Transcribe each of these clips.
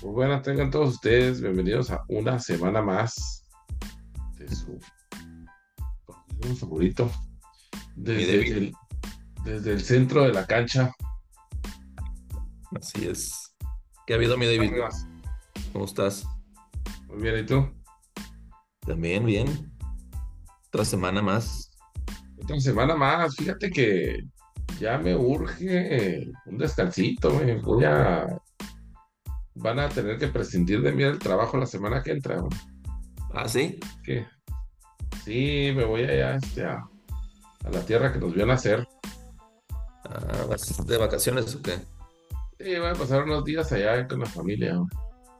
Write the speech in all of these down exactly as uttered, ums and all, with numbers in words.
Muy buenas, tengan todos ustedes bienvenidos a una semana más de su programa favorito Mi desde David, el, desde el centro de la cancha. así es. ¿Qué ha habido, mi David? Amigas, ¿Cómo estás? muy bien, ¿y tú? También bien. Otra semana más. Otra semana más, fíjate que ya me urge un descansito, me voy a, van a tener que prescindir de mí del trabajo la semana que entra, ¿no? ¿Ah, sí? Que sí, me voy allá este, a, a la tierra que nos vio nacer. Ah, ¿vas de vacaciones o qué? Sí, voy a pasar unos días allá con la familia, ¿no?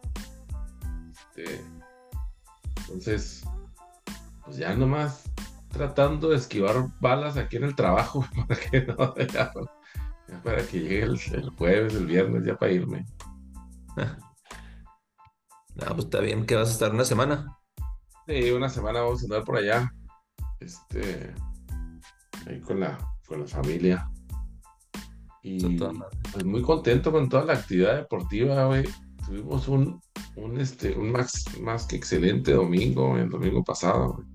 Este, entonces... Pues ya nomás tratando de esquivar balas aquí en el trabajo para que no, ya, ya para que llegue el, el jueves, el viernes, ya para irme. Ah, ah, pues está bien que vas a estar una semana. Sí, una semana vamos a andar por allá, este, ahí con la, con la familia. Está toda Y madre. pues muy contento con toda la actividad deportiva, güey. Tuvimos un, un, este, un más, más que excelente domingo, el domingo pasado, güey.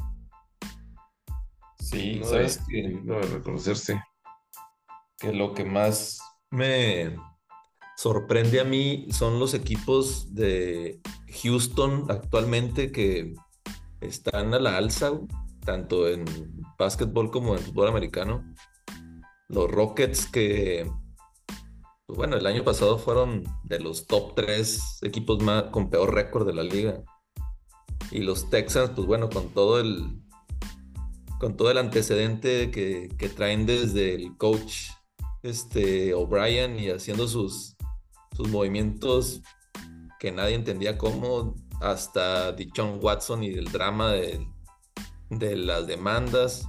Sí, Digno de, sabes que, digno de reconocerse. que lo que más me sorprende a mí son los equipos de Houston actualmente que están a la alza, güey, tanto en básquetbol como en fútbol americano. Los Rockets que pues bueno, el año pasado fueron de los top tres equipos más, con peor récord de la liga. Y los Texans, pues bueno, con todo el, con todo el antecedente que, que traen desde el coach este, O'Brien y haciendo sus, sus movimientos que nadie entendía cómo, hasta Deshaun Watson y el drama de, de las demandas.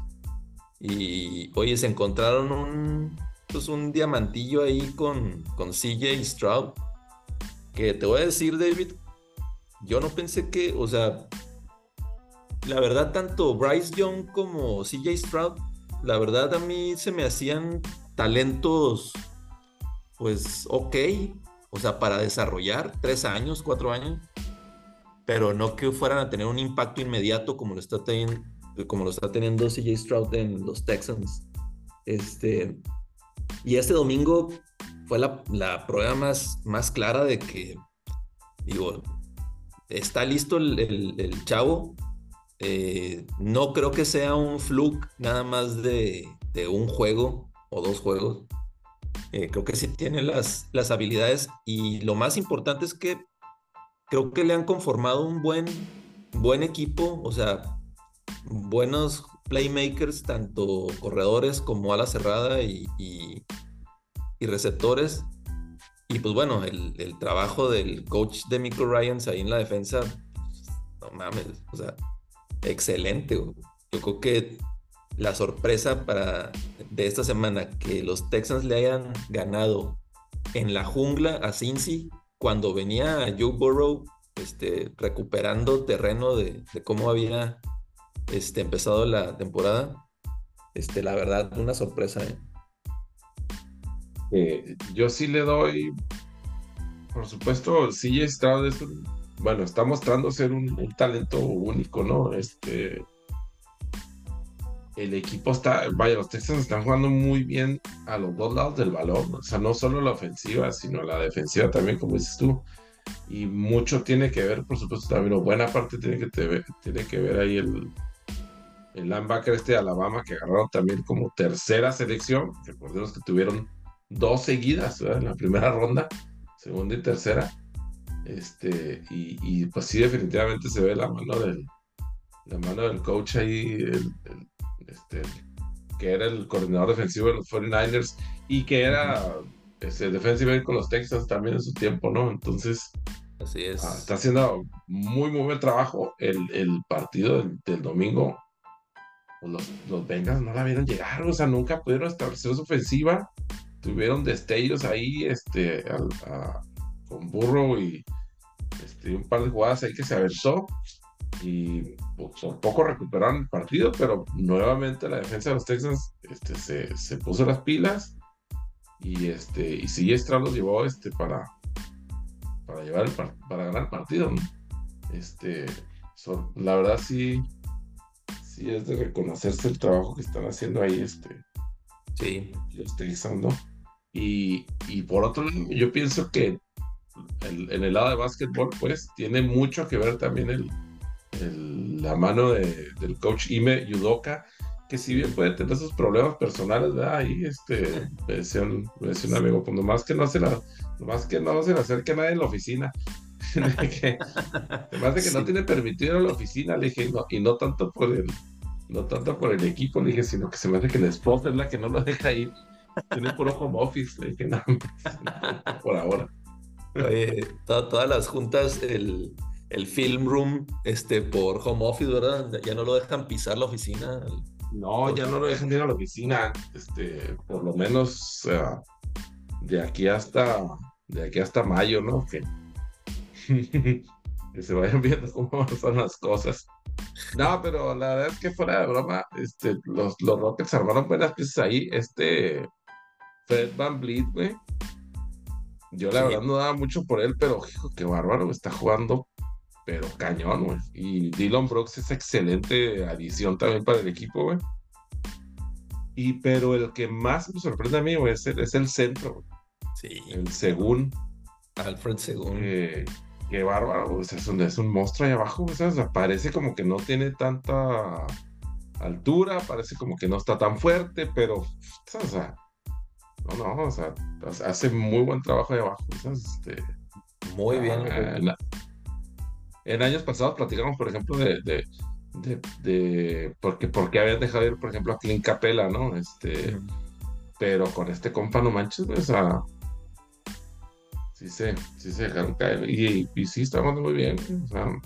Y oye, se encontraron un, pues un diamantillo ahí con, con C J Stroud, que te voy a decir, David, yo no pensé que, o sea, la verdad, tanto Bryce Young como C J Stroud, la verdad a mí se me hacían talentos, pues, ok, o sea, para desarrollar tres años, cuatro años, pero no que fueran a tener un impacto inmediato como lo está teniendo, como lo está teniendo C J Stroud en los Texans. Este, y este domingo fue la, la prueba más, más clara de que, digo, está listo el, el, el chavo. Eh, no creo que sea un fluke nada más de, de un juego o dos juegos. Eh, creo que sí tiene las, las habilidades y lo más importante es que creo que le han conformado un buen, buen equipo, o sea, buenos playmakers, tanto corredores como ala cerrada y, y, y receptores. Y pues bueno, el, el trabajo del coach de Michael Ryans ahí en la defensa, no mames, o sea, excelente, güey. Yo creo que la sorpresa para de esta semana que los Texans le hayan ganado en la jungla a Cincy cuando venía Joe Burrow este, recuperando terreno de, de cómo había este, empezado la temporada. Este, la verdad, una sorpresa, ¿eh? Eh, yo sí le doy, por supuesto, C J Stroud es un- bueno, está mostrando ser un, un talento único, ¿no? Este, el equipo está, vaya, los Texans están jugando muy bien a los dos lados del balón, ¿no? O sea, no solo la ofensiva, sino la defensiva también, como dices tú, y mucho tiene que ver, por supuesto, también, o buena parte tiene que, te- tiene que ver ahí el, el linebacker este de Alabama que agarraron también como tercera selección, recordemos que tuvieron dos seguidas, ¿verdad? En la primera ronda, segunda y tercera. Este, y, y pues sí, definitivamente se ve la mano del, la mano del coach ahí, el- el- este, que era el coordinador defensivo de los cuarenta y nueve ers y que Ujú. era ese defensive end con los Texans también en su tiempo, ¿no? Entonces, Así ah, está es. haciendo muy, muy buen trabajo. El, el partido del, del domingo, pues los, los Bengals no la vieron llegar, o sea, nunca pudieron establecer su ofensiva. Tuvieron destellos ahí, este, al- a- con Burrow y este, un par de jugadas ahí que se aventó y pues, por poco recuperaron el partido, pero nuevamente la defensa de los Texans este, se, se puso las pilas y, este, y sí, Stroud los llevó este, para, para llevar el par- para ganar el partido, ¿no? Este, son, la verdad sí, sí es de reconocerse el trabajo que están haciendo ahí, este, Sí, los Texans, ¿no? Y, y por otro lado, yo pienso que el- en el lado de básquetbol, pues, tiene mucho que ver también el, el- la mano de- del coach Ime Udoka, que si bien puede tener sus problemas personales, ¿verdad? Ahí, este, me decía un, me decía un amigo, pues nomás que no se la, nomás que no se le acerque a nadie en la oficina. De que, se me hace que no sí. tiene permitido ir a la oficina, le dije, y no, y no tanto por el, no tanto por el equipo, le dije, sino que se me hace que la esposa es la que no lo deja ir. Tiene puro home office, le dije, no, no, no por ahora. Oye, to- todas las juntas, el, el film room, este, por home office, ¿verdad? Ya no lo dejan pisar la oficina. No, Por- ya no lo dejan ir a la oficina, este, por lo menos, o sea, de aquí hasta, de aquí hasta mayo, ¿no? Que, que se vayan viendo cómo son las cosas. No, pero la verdad es que fuera de broma, este, los, los Rockets armaron buenas piezas ahí. Este, Fred VanVleet, güey. Yo la verdad Sí, no daba mucho por él, pero hijo, qué bárbaro, está jugando, pero cañón, güey. Y Dylan Brooks es excelente adición también para el equipo, güey. Y pero el que más me sorprende a mí, güey, es el, es el centro, güey. sí. El Según. Alfred según. Eh, qué bárbaro, güey. O sea, es un, es un monstruo ahí abajo, güey, ¿sabes? O sea, parece como que no tiene tanta altura, parece como que no está tan fuerte, pero, o sea, no, no, o sea, hace muy buen trabajo ahí abajo, ¿sabes? Este, Muy bien el ah, rookie. en, en años pasados platicamos, por ejemplo, de, de, de, de porque, porque habían dejado ir, por ejemplo, a Clint Capela, ¿no? Este, Ujú. pero con este compa, no manches, güey, o sea, sí se, sí se dejaron caer, y, y sí está jugando muy bien, güey, o sea,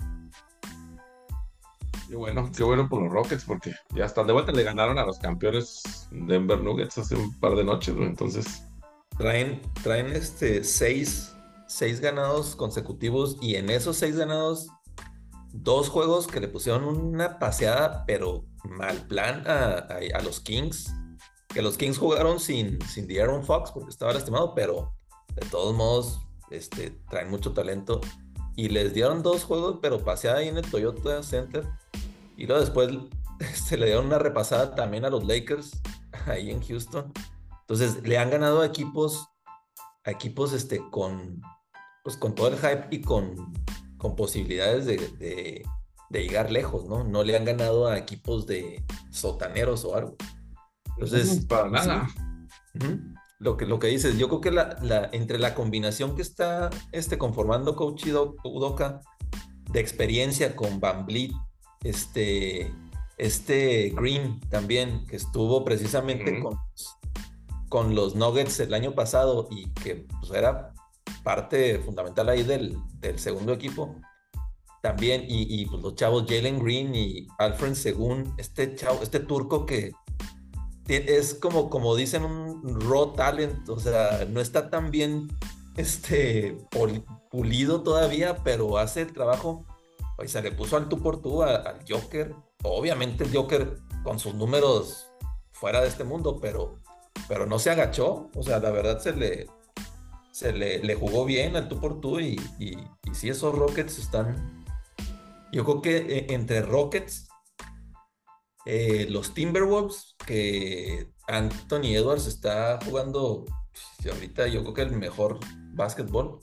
qué bueno, qué bueno por los Rockets, porque ya están de vuelta, le ganaron a los campeones Denver Nuggets hace un par de noches, güey, entonces... Traen, traen este seis, seis ganados consecutivos y en esos seis ganados, dos juegos que le pusieron una paseada, pero mal plan a, a, a los Kings. Que los Kings jugaron sin, sin De'Aaron Fox porque estaba lastimado, pero de todos modos este, traen mucho talento. Y les dieron dos juegos, pero paseada ahí en el Toyota Center. Y luego después este, le dieron una repasada también a los Lakers, ahí en Houston. Entonces le han ganado a equipos, a equipos este, con, pues, con todo el hype y con, con posibilidades de, de, de llegar lejos, ¿no? No le han ganado a equipos de sotaneros o algo. No, Entonces, para pues nada. sí, ujú. Lo que, lo que dices, yo creo que la, la, entre la combinación que está este, conformando Coach Udo- Udoka de experiencia con Van Vliet, este, este Green también, que estuvo precisamente Ujú. con, con los Nuggets el año pasado y que pues, era parte fundamental ahí del, del segundo equipo. También, y, y pues, los chavos Jalen Green y Alfred Según, este chavo, este turco que es como, como dicen, un raw talent, o sea, no está tan bien este, pulido todavía, pero hace el trabajo. O sea, le puso al tú por tú a- al Joker. Obviamente el Joker con sus números fuera de este mundo, pero, pero no se agachó. O sea, la verdad se le, se le, le jugó bien al tú por tú y, y, y sí, esos Rockets están. Yo creo que eh, entre Rockets, eh, los Timberwolves, que Anthony Edwards está jugando pues, ahorita, yo creo que el mejor básquetbol.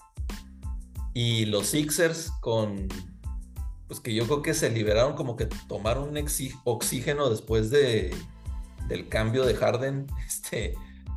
Y los Sixers con, pues que yo creo que se liberaron, como que tomaron un exi- oxígeno después de, del cambio de Harden. Este,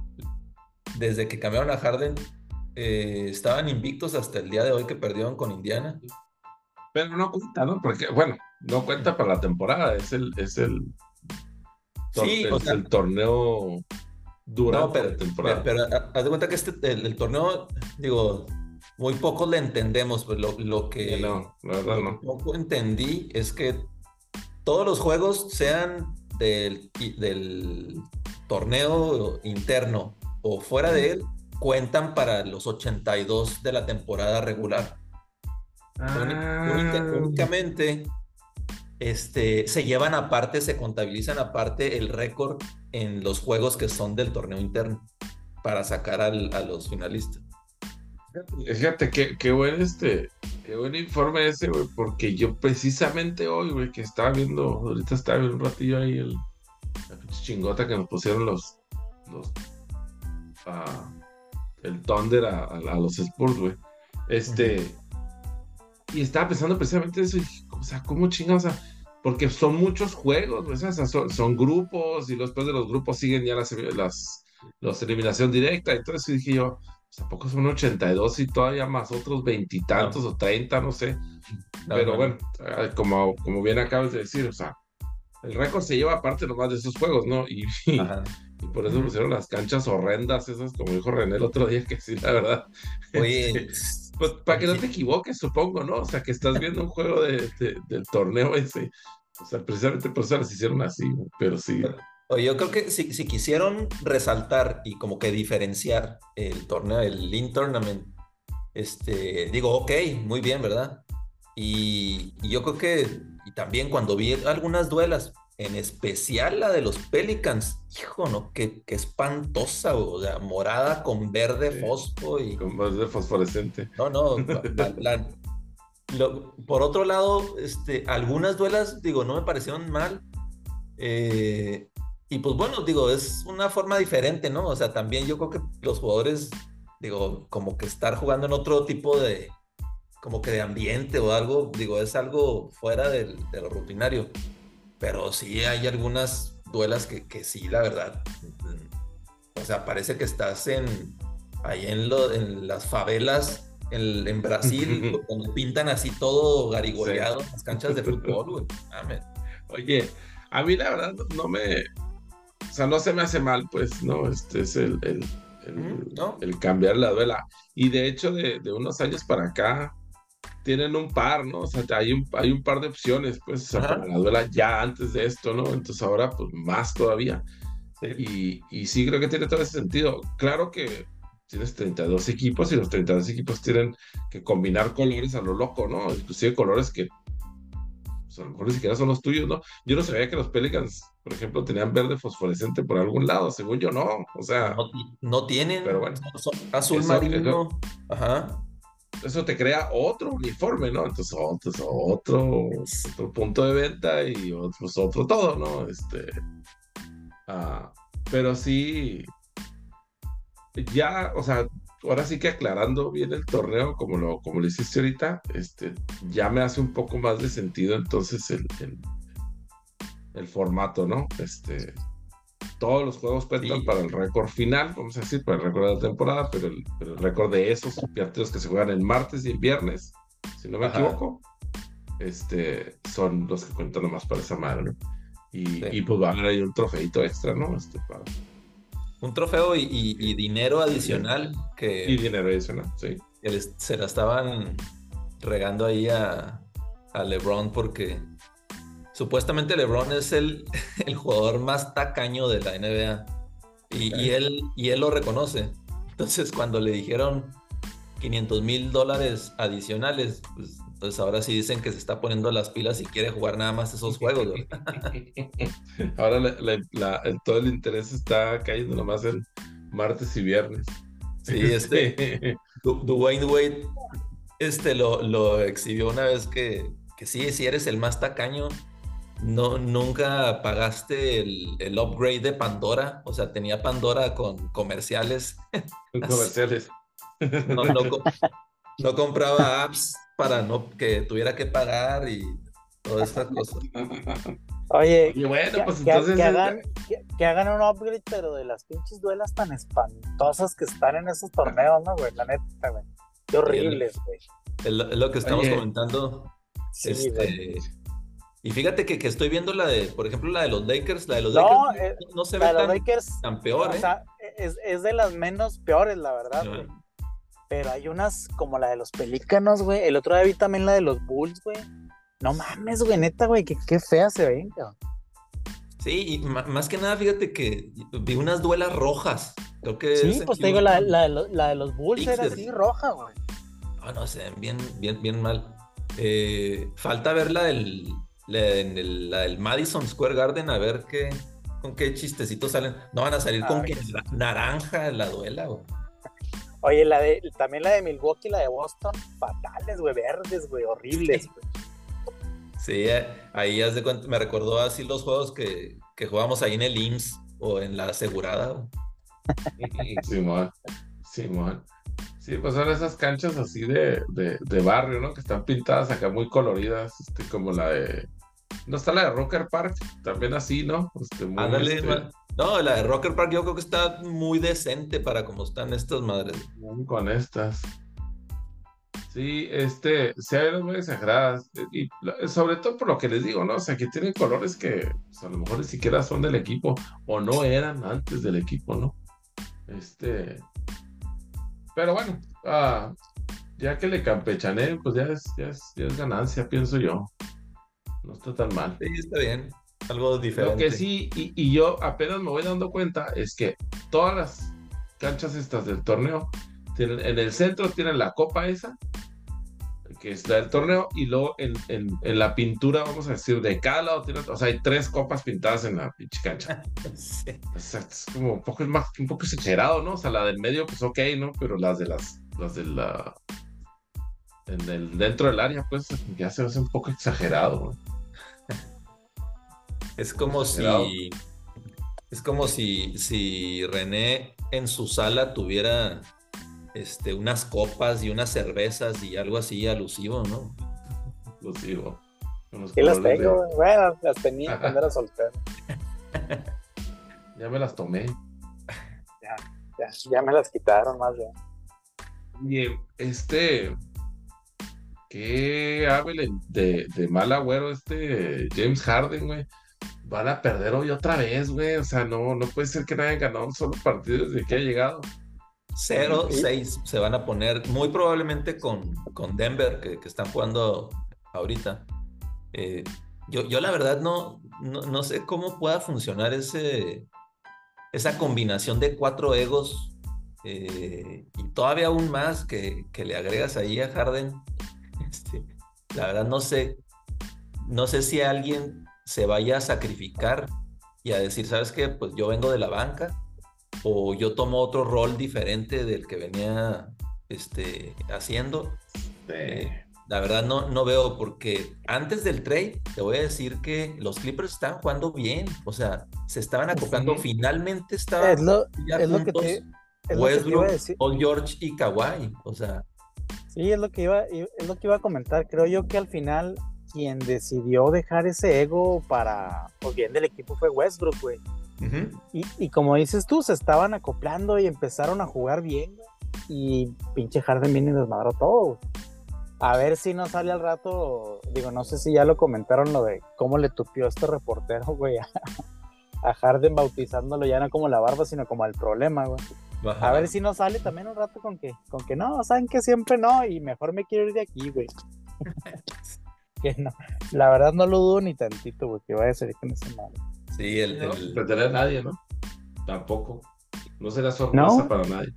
desde que cambiaron a Harden, eh, estaban invictos hasta el día de hoy que perdieron con Indiana. Pero no cuenta, ¿no? Porque, bueno, no cuenta para la temporada, es el, es el, tor- Sí, o es sea, el torneo no, durante la pero, pero, temporada. pero ha- haz de cuenta que este, el, el torneo, digo, muy poco le entendemos, pues lo, lo Sí, que, no, la verdad lo que no. poco entendí es que todos los juegos, sean del, del torneo interno o fuera de él, cuentan para los ochenta y dos de la temporada regular. Uni- única- Ah, únicamente este, se llevan aparte, se contabilizan aparte el récord en los juegos que son del torneo interno para sacar al- a los finalistas. Fíjate, fíjate qué, qué buen este, qué buen informe ese, güey, porque yo precisamente hoy, güey, que estaba viendo, ahorita estaba viendo un ratillo ahí el, la pinche chingota que nos pusieron los, los, ah, el Thunder a, a- a los Spurs, güey. Ujú. Este, y estaba pensando precisamente eso, y dije, o sea, ¿cómo chingados? O sea, porque son muchos juegos, güey, o sea, son, son grupos, y después de los grupos siguen ya las, las, las eliminación directa, entonces sí dije yo, pues, tampoco son ochenta y dos y todavía más otros veintitantos No, o treinta, no sé, no, pero no, bueno, no. ah, como, como bien acabas de decir, o sea, el récord se lleva aparte nomás de esos juegos, ¿no? Y, y, Ajá. y por eso Ujú. pusieron las canchas horrendas, esas, como dijo René el otro día, que sí, la verdad, Oye, este, pues para que no te sí. equivoques, supongo, ¿no? O sea, que estás viendo un juego de, de- del torneo ese, o sea, precisamente por eso las hicieron así, güey, pero sí. Oye, yo creo que si, si quisieron resaltar y como que diferenciar el torneo, el In Tournament, este, digo, ok, muy bien, ¿verdad? Y, y yo creo que, y también cuando vi algunas duelas, en especial la de los Pelicans, hijo, ¿no? Qué, qué espantosa, o sea, morada con verde Sí, fosfo y, con más de fosforescente. no, no, la- la- lo- por otro lado, este, algunas duelas, digo, no me parecieron mal. Eh, y pues bueno, digo, es una forma diferente, ¿no? O sea, también yo creo que los jugadores, digo, como que estar jugando en otro tipo de, como que de ambiente o algo, digo, es algo fuera del, de lo rutinario. Pero sí hay algunas duelas que, que sí, la verdad. mm, O sea, parece que estás en, ahí en, lo, en las favelas en, en Brasil, donde pintan así todo Sí. garigoleado en las canchas de fútbol, güey. Amén. Oye, a mí la verdad no me, o sea, no se me hace mal, pues, ¿no? Este es el, el, Ujú, el, ¿no? el cambiar la duela. Y de hecho, de, de unos años para acá, tienen un par, ¿no? O sea, hay un, hay un par de opciones, pues, o sea, para Ajá. la duela ya antes de esto, ¿no? Entonces ahora, pues, más todavía. Sí. Y, y sí creo que tiene todo ese sentido. Claro que tienes treinta y dos equipos y los treinta y dos equipos tienen que combinar colores a lo loco, ¿no? Inclusive colores que pues, a lo mejor ni siquiera son los tuyos, ¿no? Yo no sabía que los Pelicans, por ejemplo, tenían verde fosforescente por algún lado, según yo no, o sea, No, no pero tienen, bueno, son azul eso, eso, marino. Ajá. eso te crea otro uniforme, ¿no? Entonces, otro, otro, otro punto de venta y otro, pues, otro todo, ¿no? Este, ah, pero sí, ya, o sea, ahora sí que aclarando bien el torneo, como lo, como lo hiciste ahorita, este, ya me hace un poco más de sentido entonces el, el, el formato, ¿no? Este, todos los juegos cuentan Sí, para el récord final, vamos a decir, para el récord de la temporada, pero el, pero el récord de esos partidos que se juegan el martes y el viernes, si no me ajá. equivoco, este, son los que cuentan nomás para esa madre, ¿no? Y, y Sí. pues va a haber ahí un trofeito extra, ¿no? Este, para, Un trofeo y, y- y que- dinero bien. adicional Y que, dinero adicional, sí. que les- se la estaban regando ahí a, a LeBron porque supuestamente LeBron es el, el jugador más tacaño de la N B A y, y Ok. él, y él lo reconoce. Entonces cuando le dijeron quinientos mil dólares adicionales, pues, pues ahora sí dicen que se está poniendo las pilas y quiere jugar nada más esos juegos, ¿verdad? Ahora la- la- la- el- todo el interés está cayendo nomás en martes y viernes. Sí, este Este, Du- Dwayne Wade este, lo, lo exhibió una vez que, que sí, si eres el más tacaño, no, nunca pagaste el, el upgrade de Pandora, o sea, tenía Pandora con comerciales, son así, comerciales. no, no, co- no compraba apps para no que tuviera que pagar y todas estas cosas. Oye, Oye, bueno, que, pues que- entonces, que eh, hagan, que, que hagan un upgrade, pero de las pinches duelas tan espantosas que están en esos torneos, ¿no, güey? La neta, güey. Qué Sí, es, lo horribles, güey. es lo- es lo que estamos oye, comentando. Sí, güey. Este, y fíjate que, que estoy viendo la de, por ejemplo, la de los Lakers, la de los Lakers No, no, eh, no se la ve de los tan, Lakers, tan peor, o ¿eh? sea, es, es de las menos peores, la verdad, güey. Ah, Pero hay unas como la de los Pelícanos, güey. El otro día vi también la de los Bulls, güey. No mames, güey, neta, güey, qué, qué fea se ven, cabrón. sí, y ma- más que nada, fíjate que vi unas duelas rojas. Creo que es Sí, en pues te digo, la, Houston. la de los, la de los Bulls era así, Sixers. roja, güey. Ah, no sé, bien, bien, bien mal. Eh, falta ver la del, la, en el- la del Madison Square Garden, a ver qué, con qué chistecitos salen. No van a salir A con ver que qué sí. na- naranja la duela, güey. Oye, la de, también la de Milwaukee y la de Boston, fatales, güey, verdes, güey, horribles, güey. Sí, eh, ahí haz de cuenta, me recordó así los juegos que, que jugábamos ahí en el I M S S o en la asegurada. Simón, Simón. Sí, pues son esas canchas así de, de, de barrio, ¿no? Que están pintadas acá muy coloridas, este, como la de... ¿No está la de Rocker Park? También así, ¿no? Este, muy, Ándale, este, man. No, la de Rocker Park yo creo que está muy decente para como están estas madres. muy con estas. Sí, este, se ven muy exageradas. Y lo- sobre todo por lo que les digo, ¿no? O sea, que tienen colores que pues, a lo mejor ni siquiera son del equipo o no eran antes del equipo, ¿no? Este, pero bueno, ah, ya que le campechané, pues ya es, ya es, ya es ganancia, pienso yo. No está tan mal. Sí, está bien. Algo Lo que diferente. sí, y, y yo apenas me voy dando cuenta, es que todas las canchas estas del torneo, tienen, en el centro tienen la copa esa, que es la del torneo, y luego en, en, en la pintura, vamos a decir, de cada lado tiene, o sea, hay tres copas pintadas en la pinche cancha. Sí. O sea, es como un poco, es más, un poco exagerado, ¿no? O sea, la del medio, pues ok, ¿no? Pero las de las, las de la, en el, dentro del área, pues ya se hace un poco exagerado, ¿no? Es como Exagerado. si, es como si, si René en su sala tuviera este, unas copas y unas cervezas y algo así alusivo, ¿no? Los digo. Con los Sí las colores tengo, de... güey. Bueno, las tenía cuando era soltero. Ya me las tomé. Ya, ya, ya me las quitaron más bien. Y este, qué hábil de, de mal agüero este James Harden, güey. Van a perder hoy otra vez, güey. O sea, no, no puede ser que no hayan ganado un solo partido desde que ha llegado. Cero Sí. seis se van a poner, muy probablemente con, con Denver, que, que están jugando ahorita. Eh, yo, yo la verdad no, no, no sé cómo pueda funcionar ese, esa combinación de cuatro egos eh, y todavía aún más que, que le agregas ahí a Harden. Este, la verdad no sé, no sé si alguien se vaya a sacrificar y a decir, ¿sabes qué? Pues yo vengo de la banca o yo tomo otro rol diferente del que venía este, haciendo. Eh, Eh, la verdad no, no veo, porque antes del trade te voy a decir que los Clippers estaban jugando bien, o sea, se estaban acoplando, Ujú. finalmente Es estaban lo, ya es lo que te, juntos es lo que te iba a Westbrook, decir. Paul George y Kawhi, o sea, Sí, es lo que iba, es lo que iba a comentar. Creo yo que al final quien decidió dejar ese ego para, pues bien del equipo fue Westbrook, güey. uh-huh. Y, y como dices tú, se estaban acoplando y empezaron a jugar bien, güey. Y pinche Harden viene y desmadró todo, güey. A ver si no sale al rato, digo, no sé si ya lo comentaron lo de cómo le tupió este reportero, güey, a, a Harden bautizándolo ya no como la barba, sino como el problema, güey. Ajá. A ver si no sale también un rato con que, con que no, saben que siempre no, y mejor me quiero ir de aquí, güey. Que no, la verdad no lo dudo ni tantito, güey, que vaya a salir con ese mal. Sí, el, no el... sorprenderá a nadie, ¿no? Tampoco. No será sorpresa ¿No? para nadie.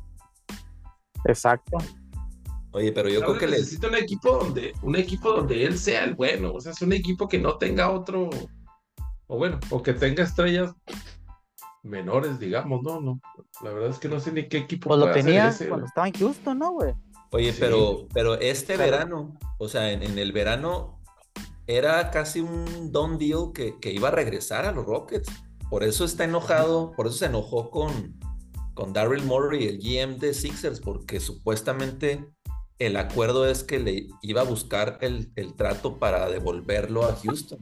Exacto. Oye, pero yo creo Ahora que le... necesita un equipo donde, un equipo donde él sea el bueno. O sea, es un equipo que no tenga otro, o bueno, o que tenga estrellas menores, digamos, no, no. La verdad es que no sé ni qué equipo Pues lo puede hacer tenía ese, cuando güey. estaba en Houston, ¿no, güey? Oye, Sí. pero, pero este Claro. verano, o sea, en, en el verano era casi un done deal que, que iba a regresar a los Rockets. Por eso está enojado, por eso se enojó con, con Daryl Morey, el G M de Sixers, porque supuestamente el acuerdo es que le iba a buscar el, el trato para devolverlo a Houston.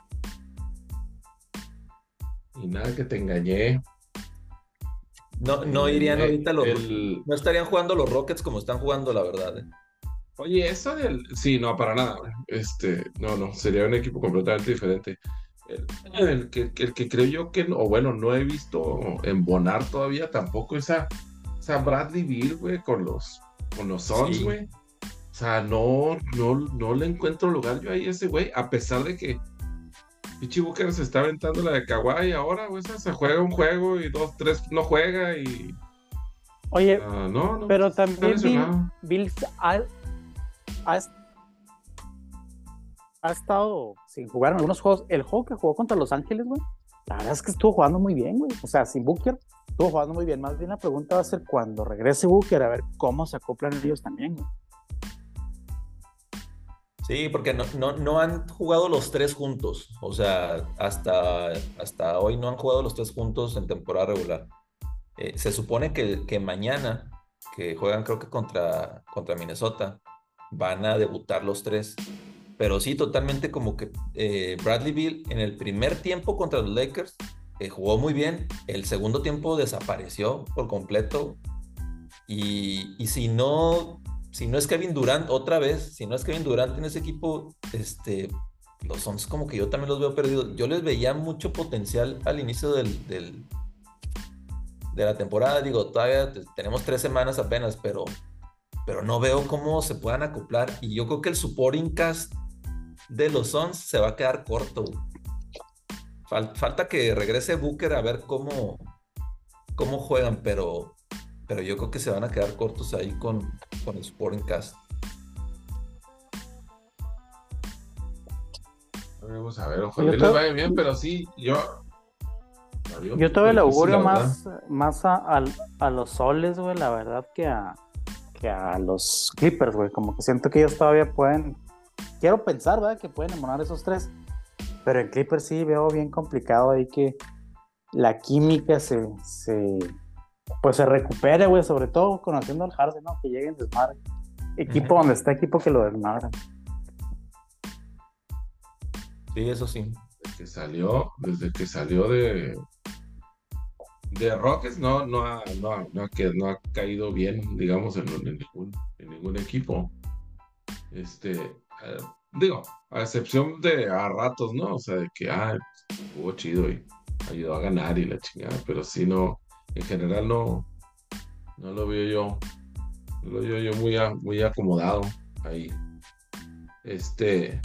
Y nada, que te engañé. No, Te no irían engañé. ahorita los... El... No estarían jugando los Rockets como están jugando, la verdad. ¿eh? Oye, eso del... Sí, no, para nada, güey. Este, no, no, sería un equipo completamente diferente. El, el que, el que creo yo que, no, o bueno, no he visto embonar todavía tampoco esa, esa Bradley Beal, güey, con los, con los Suns, Sí. güey. O sea, no, no, no le encuentro lugar yo ahí a ese güey, a pesar de que Pichi Booker se está aventando la de Kawhi ahora, güey, o sea, se juega un juego y dos, tres no juega y... Oye, ah, no, no, pero está también Bill, lesionado. Bill ha, ha, ha estado sin jugar en algunos juegos. El juego que jugó contra Los Ángeles, güey, La verdad es que estuvo jugando muy bien, güey. O sea, sin Booker, estuvo jugando muy bien. Más bien la pregunta va a ser cuando regrese Booker, a ver cómo se acoplan ellos también, güey. Sí, porque no, no, no han jugado los tres juntos. O sea, hasta, hasta hoy no han jugado los tres juntos en temporada regular. Eh, se supone que, que mañana, que juegan creo que contra, contra Minnesota, van a debutar los tres. Pero sí, totalmente como que eh, Bradley Beal en el primer tiempo contra los Lakers eh, jugó muy bien. El segundo tiempo desapareció por completo. Y, y si no, si no es Kevin Durant, otra vez, si no es Kevin Durant en ese equipo, este, los Suns como que yo también los veo perdidos. Yo les veía mucho potencial al inicio del, del, de la temporada. Digo, todavía tenemos tres semanas apenas, pero, pero no veo cómo se puedan acoplar. Y yo creo que el supporting cast de los Suns se va a quedar corto. Fal- falta que regrese Booker a ver cómo, cómo juegan, pero, pero yo creo que se van a quedar cortos ahí con, con el supporting cast. Vamos a ver, ojalá Yo les to- vaya bien, pero sí, yo. Había un Yo poco todavía le difícil, augurio la verdad. más, más a, al- a los Soles, güey, la verdad, que a, que a los Clippers, güey. Como que siento que ellos todavía pueden. Quiero pensar, ¿verdad? Que pueden emular esos tres. Pero en Clippers sí veo bien complicado ahí que la química se, se pues se recupere, güey, sobre todo conociendo al Harden, ¿no? Que lleguen desmadre. Equipo Ujú. donde está, equipo que lo desmadran. Sí, eso sí. Desde que salió, desde que salió de, de Rockets, no, no ha, no, ha- no ha, que- no ha caído bien, digamos, en, en ningún, en ningún equipo. Este, eh, digo, a excepción de a ratos, ¿no? O sea, de que, ah, estuvo chido y ayudó a ganar y la chingada, pero sí, no, en general no, no lo veo yo, no lo veo yo muy, a- muy acomodado ahí. Este,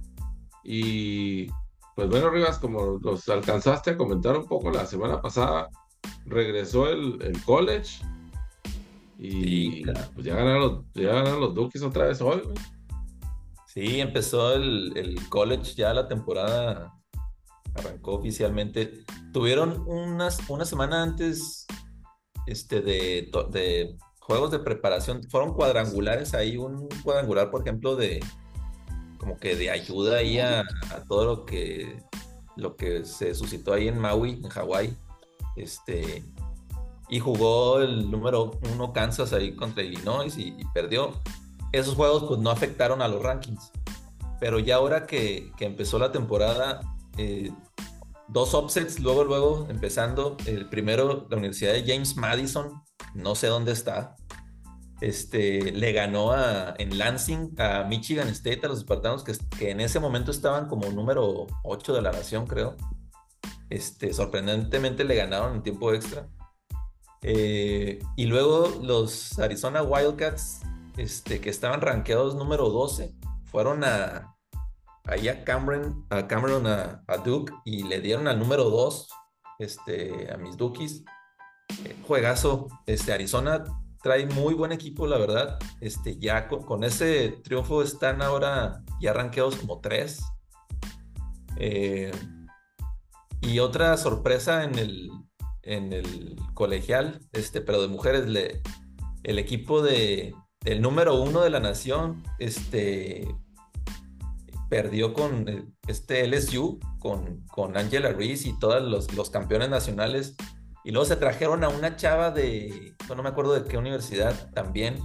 y pues bueno, Rivas, como los alcanzaste a comentar un poco la semana pasada, regresó el, el college Sí, y claro. pues ya ganaron, los- ya ganaron los Dukies otra vez hoy, güey. Sí, empezó el, el college ya la temporada, arrancó oficialmente. Tuvieron unas, una semana antes este, de, to- de juegos de preparación, fueron cuadrangulares ahí, un cuadrangular, por ejemplo, de como que de ayuda ahí a, a todo lo que, lo que se suscitó ahí en Maui, en Hawái. Este, y jugó el número uno Kansas ahí contra Illinois y, y perdió. Esos juegos pues no afectaron a los rankings, pero ya ahora que, que empezó la temporada, eh, dos upsets luego, luego, empezando. El primero, la Universidad de James Madison, no sé dónde está. Este, le ganó a, en Lansing a Michigan State, a los espartanos, que, que en ese momento estaban como número ocho de la nación, creo. Este, sorprendentemente le ganaron en tiempo extra. Eh, y luego los Arizona Wildcats, este, que estaban rankeados número doce, fueron a, ahí a Cameron, a, Cameron a, a Duke y le dieron al número dos este, a mis Dukies. Eh, juegazo. Este, Arizona trae muy buen equipo, la verdad. Este, ya con, con ese triunfo están ahora ya rankeados como tres. Eh, y otra sorpresa en el, en el colegial, este, pero de mujeres, le, el equipo de, del número uno de la nación, este, perdió con eh, este L S U, con, con Angela Reese y todos los, los campeones nacionales. Y luego se trajeron a una chava de, no, no me acuerdo de qué universidad también,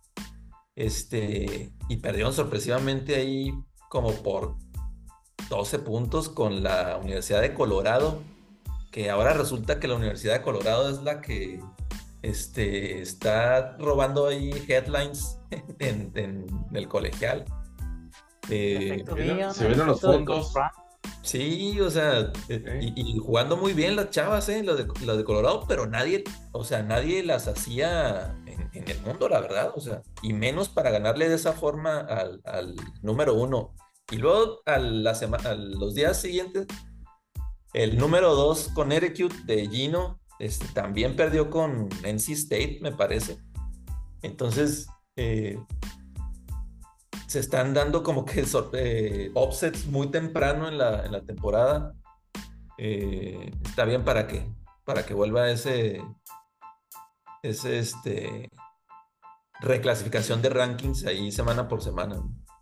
este, y perdieron sorpresivamente ahí como por doce puntos con la Universidad de Colorado, que ahora resulta que la Universidad de Colorado es la que este, está robando ahí headlines en, en el colegial. Eh, Efecto Se vienen, Dion, se el vienen los efecto del Coach fondos. Brown. Sí, o sea, eh, ¿Ok? y, y jugando muy bien las chavas, ¿eh? Las de, las de Colorado, pero nadie, o sea, nadie las hacía en, en el mundo, la verdad, o sea, y menos para ganarle de esa forma al, al número uno. Y luego a, la sema- a los días siguientes, el número dos Connecticut de Gino, este, también perdió con N C State, me parece. Entonces, eh, se están dando como que sor- eh, offsets muy temprano en la, en la temporada. eh, está bien para que, para que vuelva ese, ese, este, reclasificación de rankings ahí semana por semana.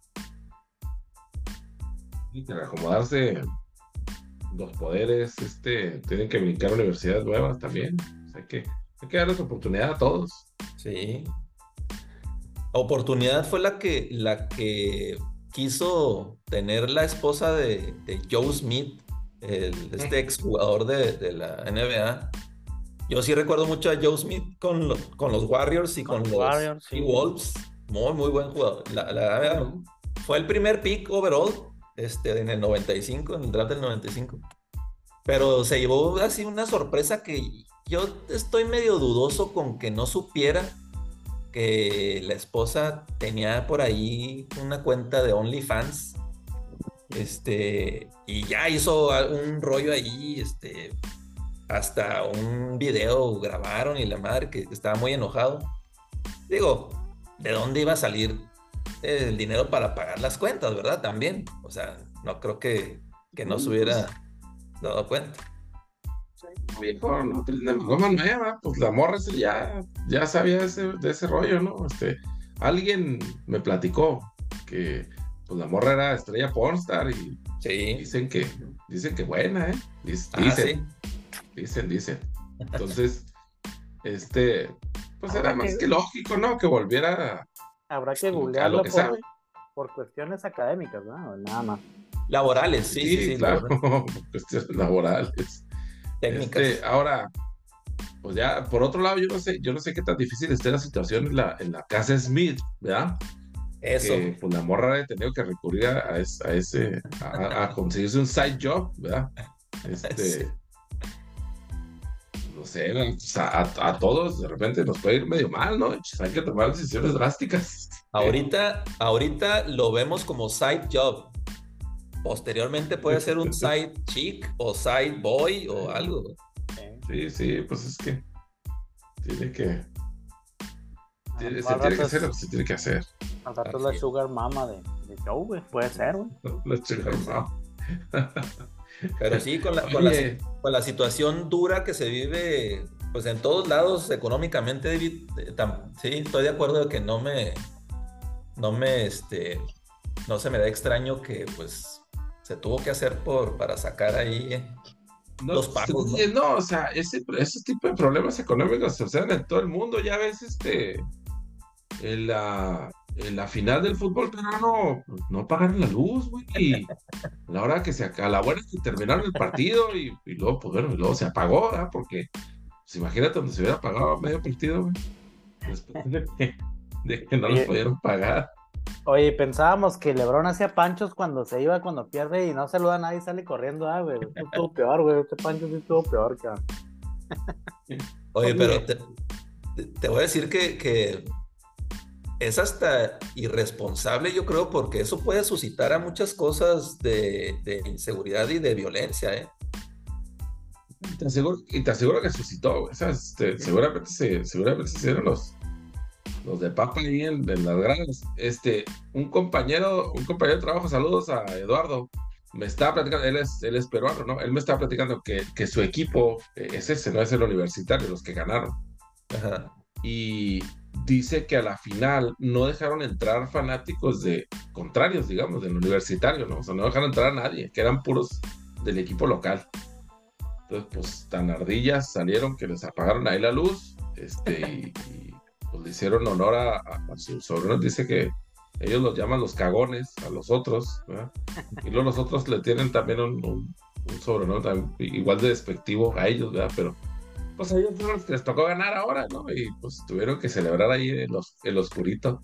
Y para acomodarse los poderes, este, tienen que brincar universidades nuevas también. O sea, que hay que darles oportunidad a todos. Sí. Oportunidad fue la que, la que quiso tener la esposa de, de Joe Smith, el, este exjugador de, de la N B A. Yo sí recuerdo mucho a Joe Smith con, lo, con los Warriors y con, con los Warriors, sí. Wolves. Muy, muy buen jugador. La, la, uh-huh. Fue el primer pick overall este, en el noventa y cinco, en el draft del noventa y cinco. Pero se llevó así una sorpresa que yo estoy medio dudoso con que no supiera que la esposa tenía por ahí una cuenta de OnlyFans, este, y ya hizo un rollo ahí, este, hasta un video grabaron y la madre que estaba muy enojado. Digo, ¿de dónde iba a salir el dinero para pagar las cuentas, verdad? También, o sea, no creo que, que no se hubiera dado cuenta. Viejo, no te goma nueva, pues la morra ya, ya sabía ese, de ese rollo, ¿no? Este, alguien me platicó que pues la morra era estrella pornstar y sí. dicen que, dicen que buena, ¿eh? Dic- Ah, dicen, sí. dicen, dicen. Entonces, este, pues era más que lógico, ¿no? Que volviera Habrá que a googlearlo lo que por, sabe. por cuestiones académicas, ¿no? Nada más. Laborales, sí, sí, sí. sí claro, laborales. por cuestiones laborales. Técnicas. Este, ahora, pues ya, por otro lado, yo no sé, yo no sé qué tan difícil esté la situación en la, en la casa Smith, ¿verdad? Eso. Que pues la morra ha tenido que recurrir a, a, ese, a, ese, a, a conseguirse un side job, ¿verdad? Este, sí. No sé, o sea, a, a todos de repente nos puede ir medio mal, ¿no? Hay que tomar decisiones drásticas. Ahorita, ahorita lo vemos como side job. Posteriormente puede ser un side chick o side boy o algo. Sí, sí, pues es que tiene que tiene, se tiene que hacer lo que se tiene que hacer. Al rato es la sugar mama de, de Joe, güey, puede ser, güey. La sugar mama. Pero sí, con la, con, la, con la situación dura que se vive, pues en todos lados económicamente, David, sí, estoy de acuerdo de que no me, no me, este, no se me da extraño que, pues, se tuvo que hacer por, para sacar ahí eh, no, los pagos. ¿no? no, o sea, ese, ese tipo de problemas económicos se observan en todo el mundo. Ya ves, este, en la, en la final del fútbol peruano, no pagaron la luz, güey, y a la hora que se a la buena que terminaron el partido y, y luego, pues bueno, y luego se apagó, ¿verdad? Porque, pues imagínate donde se hubiera apagado medio partido, güey, después de que, de que no los pudieron pagar. Oye, pensábamos que LeBron hacía panchos cuando se iba, cuando pierde y no saluda a nadie y sale corriendo, ah, güey, esto estuvo peor, güey, este pancho sí estuvo peor, cabrón. Oye, pero te, te voy a decir que, que es hasta irresponsable, yo creo, porque eso puede suscitar a muchas cosas de, de inseguridad y de violencia, ¿eh? Te aseguro, y te aseguro que suscitó, o sea, este, seguramente se, seguramente se hicieron los los de papa ahí en, en las gradas. Este, un compañero, un compañero de trabajo, saludos a Eduardo, me estaba platicando, él es, él es peruano, ¿no? Él me estaba platicando que, que su equipo es ese, no es el universitario, los que ganaron. Ajá. Y dice que a la final no dejaron entrar fanáticos de contrarios, digamos, del universitario, ¿no? O sea, no dejaron entrar a nadie, que eran puros del equipo local. Entonces, pues, tan ardillas salieron que les apagaron ahí la luz, este, y, y pues le hicieron honor a, a, a sus sobrinos. Dice que ellos los llaman los cagones a los otros, ¿verdad? Y luego los otros le tienen también un, un, un sobrenombre igual de despectivo a ellos, ¿verdad? Pero pues a ellos fueron los que les tocó ganar ahora, ¿no? Y pues tuvieron que celebrar ahí el, el oscurito.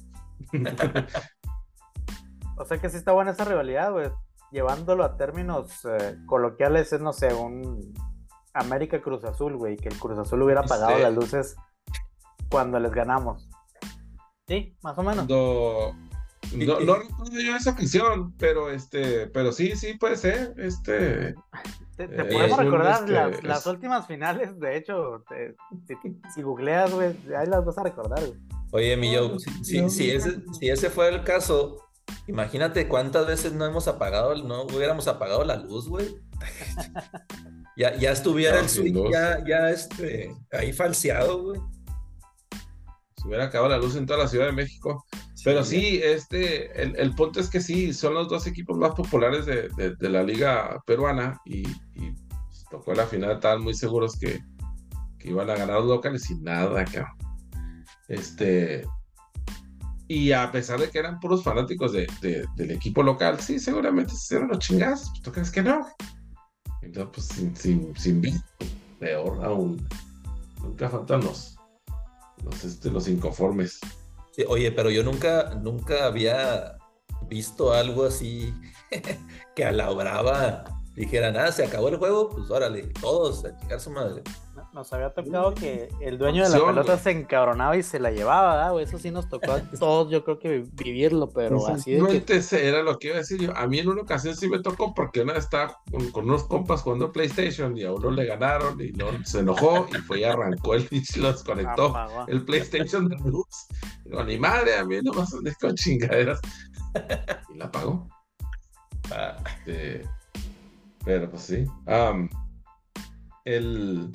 O sea que sí está buena esa rivalidad, güey. Llevándolo a términos eh, coloquiales es, no sé, un América Cruz Azul, güey, que el Cruz Azul hubiera apagado sí. las luces cuando les ganamos. Sí, más o menos. No, no, no recuerdo yo esa ocasión, pero este, pero sí, sí puede ser. Este, te, te eh, podemos recordar un, este, las, es... las últimas finales, de hecho, te, si, si googleas, güey, ahí las vas a recordar, güey. Oye, mi Joe, si, si, si, ese, si ese fue el caso, imagínate cuántas veces no hemos apagado, no hubiéramos apagado la luz, güey. Ya, ya estuviera No, el sin swing, duda. ya, ya este, ahí falseado, güey. Se hubiera acabado la luz en toda la Ciudad de México. Pero Sí, ya. sí, este, el, el punto es que sí, son los dos equipos más populares de, de- de la liga peruana y, y pues, tocó la final, estaban muy seguros que, que iban a ganar los locales y nada, cabrón. Este, y a pesar de que eran puros fanáticos de, de- del equipo local, sí, seguramente se hicieron los chingazos, pues, ¿tú crees que no? Entonces, pues sin, sin, sin beat, peor aún. Nunca faltan los, los, este, los inconformes. Sí, oye, pero yo nunca, nunca había visto algo así que a la brava dijeran, ah, se acabó el juego, pues órale, todos a chingar su madre. Nos había tocado que el dueño de la Opción, pelota güey. se encabronaba y se la llevaba, ¿verdad, güey? Eso sí nos tocó a todos, yo creo que vi- vivirlo, pero así de que Exactamente, ese era lo que iba a decir yo. A mí en una ocasión sí me tocó porque una vez estaba con, con unos compas jugando PlayStation y a uno le ganaron y luego se enojó y fue y arrancó el y lo desconectó apagó. el PlayStation de luz. No, ni madre, a mí no me son con chingaderas. Y la apagó. Ah, Eh, pero pues sí. Am, el...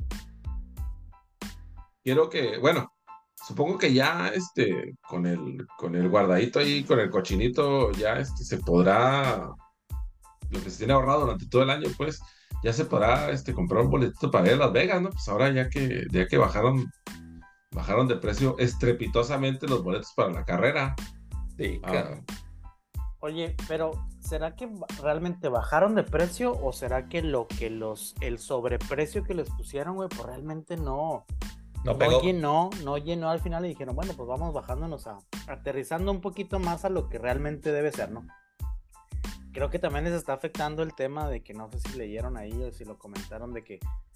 Quiero que, bueno, supongo que ya este, con el, con el guardadito ahí, con el cochinito, ya este, se podrá lo que se tiene ahorrado durante todo el año, pues ya se podrá este, comprar un boletito para ir a Las Vegas, ¿no? Pues ahora ya que, ya que bajaron, bajaron de precio estrepitosamente los boletos para la carrera. sí, Ah, cabrón. Oye, pero ¿será que ba- realmente bajaron de precio o será que lo que los, el sobreprecio que les pusieron, güey, pues realmente no, No no pegó. llenó, no llenó al final y dijeron, bueno, pues vamos bajándonos a, aterrizando un poquito más a lo que realmente debe ser, ¿no? Creo que también les está afectando el tema de que no sé si leyeron ahí o si lo comentaron de que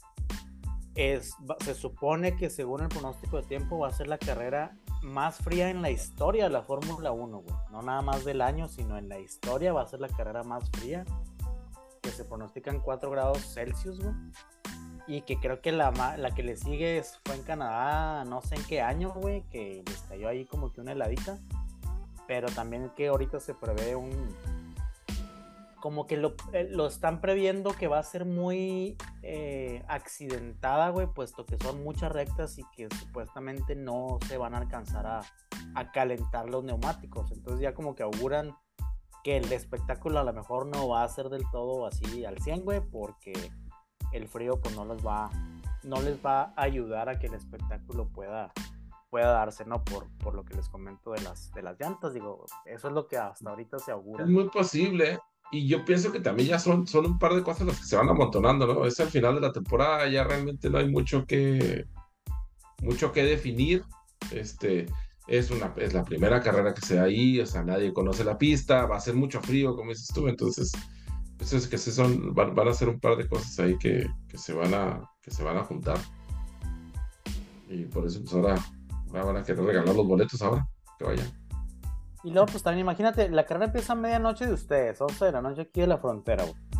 es, va- se supone que según el pronóstico de tiempo va a ser la carrera más fría en la historia de la Fórmula uno, güey. No nada más del año, sino en la historia va a ser la carrera más fría, que se pronostican cuatro grados Celsius, güey. Y que creo que la, ma- la que le sigue es- fue en Canadá, no sé en qué año, güey, que les cayó ahí como que una heladita. Pero también que ahorita se prevé un, como que lo, eh, lo están previendo que va a ser muy eh, accidentada, güey, puesto que son muchas rectas y que supuestamente no se van a alcanzar a, a calentar los neumáticos. Entonces ya como que auguran que el espectáculo a lo mejor no va a ser del todo así al cien, güey, porque el frío pues no les va, no les va a ayudar a que el espectáculo pueda, pueda darse, ¿no? Por, por lo que les comento de las, de las llantas, digo, eso es lo que hasta ahorita se augura. es muy posible. Y yo pienso que también ya son, son un par de cosas las que se van amontonando, ¿no? Es al final de la temporada, ya realmente no hay mucho que, mucho que definir. Este, es, una, es la primera carrera que se da ahí, o sea, nadie conoce la pista, va a ser mucho frío, como dices tú, entonces, pues es que sí son, van, van a ser un par de cosas ahí que, que, se van a, que se van a juntar. Y por eso, pues ahora, ahora van a querer regalar los boletos ahora, que vayan. Y luego, pues también imagínate, la carrera empieza a medianoche de ustedes, once de la noche aquí de la frontera, güey.